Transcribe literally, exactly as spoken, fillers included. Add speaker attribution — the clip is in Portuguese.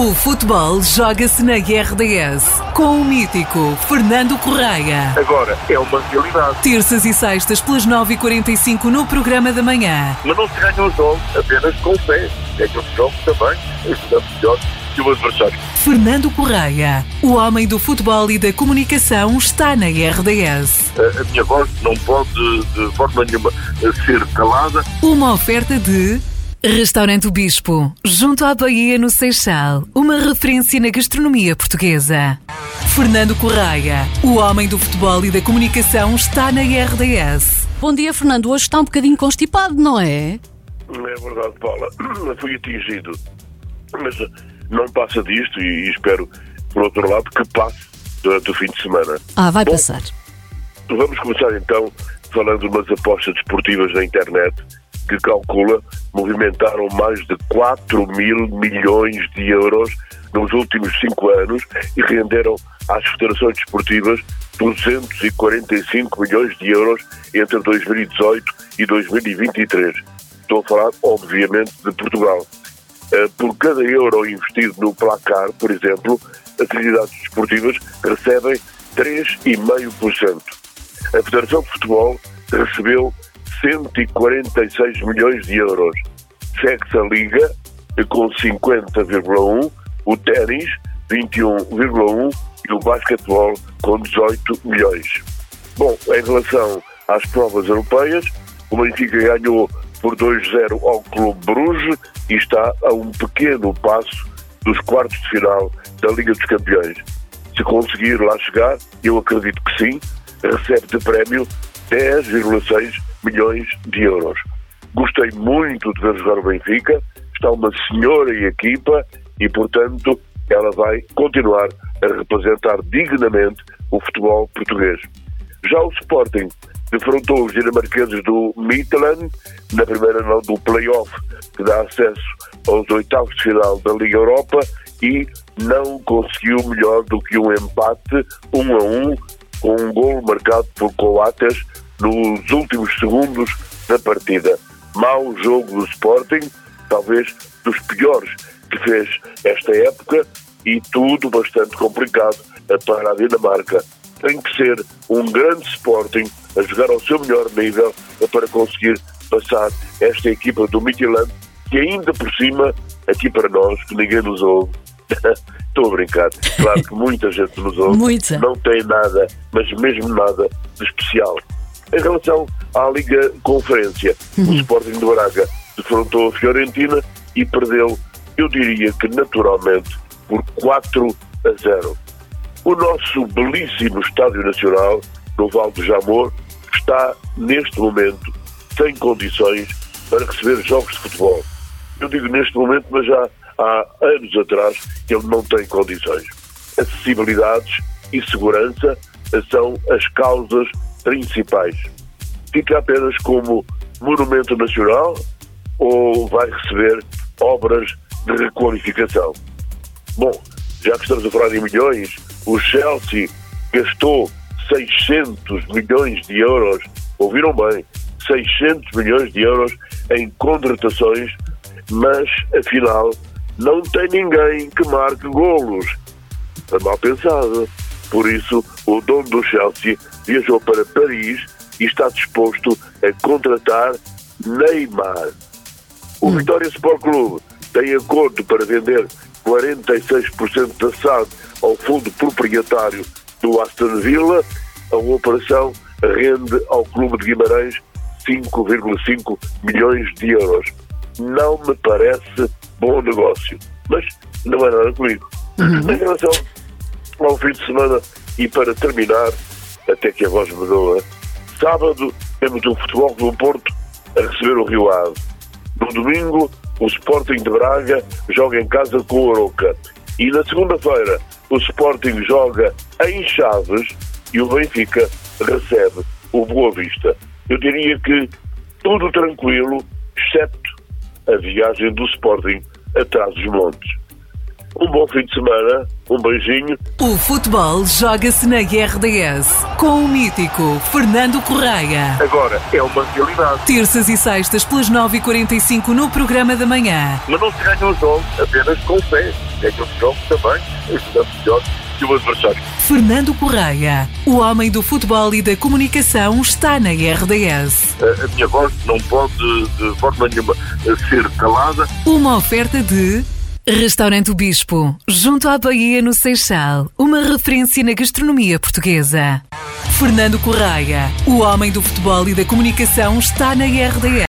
Speaker 1: O futebol joga-se na R D S com o mítico Fernando Correia.
Speaker 2: Agora é uma realidade.
Speaker 1: Terças e sextas pelas nove e quarenta e cinco no programa da manhã.
Speaker 2: Mas não se ganha os jogos apenas com fé. Ganha os jogos também, ajudando melhor que o adversário.
Speaker 1: Fernando Correia, o homem do futebol e da comunicação, está na R D S.
Speaker 2: A, a minha voz não pode de forma nenhuma ser calada.
Speaker 1: Uma oferta de Restaurante O Bispo, junto à Baía no Seixal, uma referência na gastronomia portuguesa. Fernando Correia, o homem do futebol e da comunicação, está na R D S.
Speaker 3: Bom dia, Fernando. Hoje está um bocadinho constipado, não é?
Speaker 2: É verdade, Paula. Fui atingido. Mas não passa disto e espero, por outro lado, que passe durante o fim de semana.
Speaker 3: Ah, vai
Speaker 2: Bom,
Speaker 3: passar.
Speaker 2: Vamos começar então falando de umas apostas desportivas na internet que calcula movimentaram mais de quatro mil milhões de euros nos últimos cinco anos e renderam às federações desportivas duzentos e quarenta e cinco milhões de euros entre dois mil e dezoito e dois mil e vinte e três. Estou a falar, obviamente, de Portugal. Por cada euro investido no placar, por exemplo, atividades desportivas recebem três vírgula cinco por cento. A Federação de Futebol recebeu cento e quarenta e seis milhões de euros. Segue-se a Liga com cinquenta vírgula um, o ténis vinte e um vírgula um e o basquetebol com dezoito milhões. Bom, em relação às provas europeias, o Benfica ganhou por dois a zero ao Clube Bruges e está a um pequeno passo dos quartos de final da Liga dos Campeões. Se conseguir lá chegar, eu acredito que sim, recebe de prémio dez vírgula seis milhões de euros. Gostei muito de ver jogar o Benfica, está uma senhora equipa e, portanto, ela vai continuar a representar dignamente o futebol português. Já o Sporting defrontou os dinamarqueses do Midtjylland na primeira mão do play-off que dá acesso aos oitavos de final da Liga Europa e não conseguiu melhor do que um empate um a um com um golo marcado por Coates nos últimos segundos da partida. Mau jogo do Sporting, talvez dos piores que fez esta época e tudo bastante complicado para a Dinamarca. Tem que ser um grande Sporting a jogar ao seu melhor nível para conseguir passar esta equipa do Midtjylland, que ainda por cima, aqui para nós, que ninguém nos ouve, estou a brincar, claro que muita gente nos ouve,
Speaker 3: Muita.
Speaker 2: não tem nada, mas mesmo nada de especial. Em relação à Liga Conferência, uhum. o Sporting de Braga defrontou a Fiorentina e perdeu, eu diria que naturalmente, por quatro a zero. O nosso belíssimo Estádio Nacional, no Val do Jamor, está neste momento sem condições para receber jogos de futebol. Eu digo neste momento, mas já há anos atrás que ele não tem condições. Acessibilidades e segurança são as causas principais. Fica apenas como monumento nacional ou vai receber obras de requalificação? Bom, já que estamos a falar em milhões, o Chelsea gastou seiscentos milhões de euros, ouviram bem, seiscentos milhões de euros em contratações, mas afinal não tem ninguém que marque golos. É mal pensado. Por isso, o dono do Chelsea viajou para Paris e está disposto a contratar Neymar. O hum. Vitória Sport Clube tem acordo para vender quarenta e seis por cento da S A D ao fundo proprietário do Aston Villa. A operação rende ao Clube de Guimarães cinco vírgula cinco milhões de euros. Não me parece bom negócio, mas não é nada comigo. Uhum. Em relação ao fim de semana e para terminar, até que a voz me doa, sábado temos o Futebol Clube Porto a receber o Rio Ave. No domingo, o Sporting de Braga joga em casa com o Aroca. E na segunda-feira, o Sporting joga em Chaves e o Benfica recebe o Boa Vista. Eu diria que tudo tranquilo, exceto a viagem do Sporting atrás dos montes. Um bom fim de semana, um beijinho.
Speaker 1: O futebol joga-se na R D S com o mítico Fernando Correia.
Speaker 2: Agora é uma realidade.
Speaker 1: Terças e sextas pelas nove e quarenta e cinco no programa da manhã.
Speaker 2: Mas não se ganha os jogos apenas com o pé. Ganha os jogos também, ajudando melhor que o adversário.
Speaker 1: Fernando Correia, o homem do futebol e da comunicação, está na R D S.
Speaker 2: A, a minha voz não pode de forma nenhuma ser calada.
Speaker 1: Uma oferta de Restaurante O Bispo, junto à Baía no Seixal, uma referência na gastronomia portuguesa. Fernando Correia, o homem do futebol e da comunicação, está na R D S.